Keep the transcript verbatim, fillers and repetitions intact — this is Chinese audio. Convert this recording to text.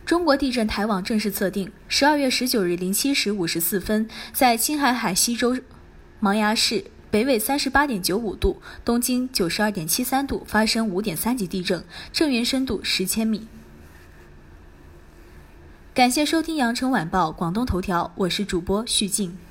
中国地震台网正式测定，十二月十九日零七时五十四分，在青海海西州芒崖市北纬三十八点九五度，东经九十二点七三度发生五点三级地震，震源深度十千米。感谢收听羊城晚报广东头条，我是主播徐静。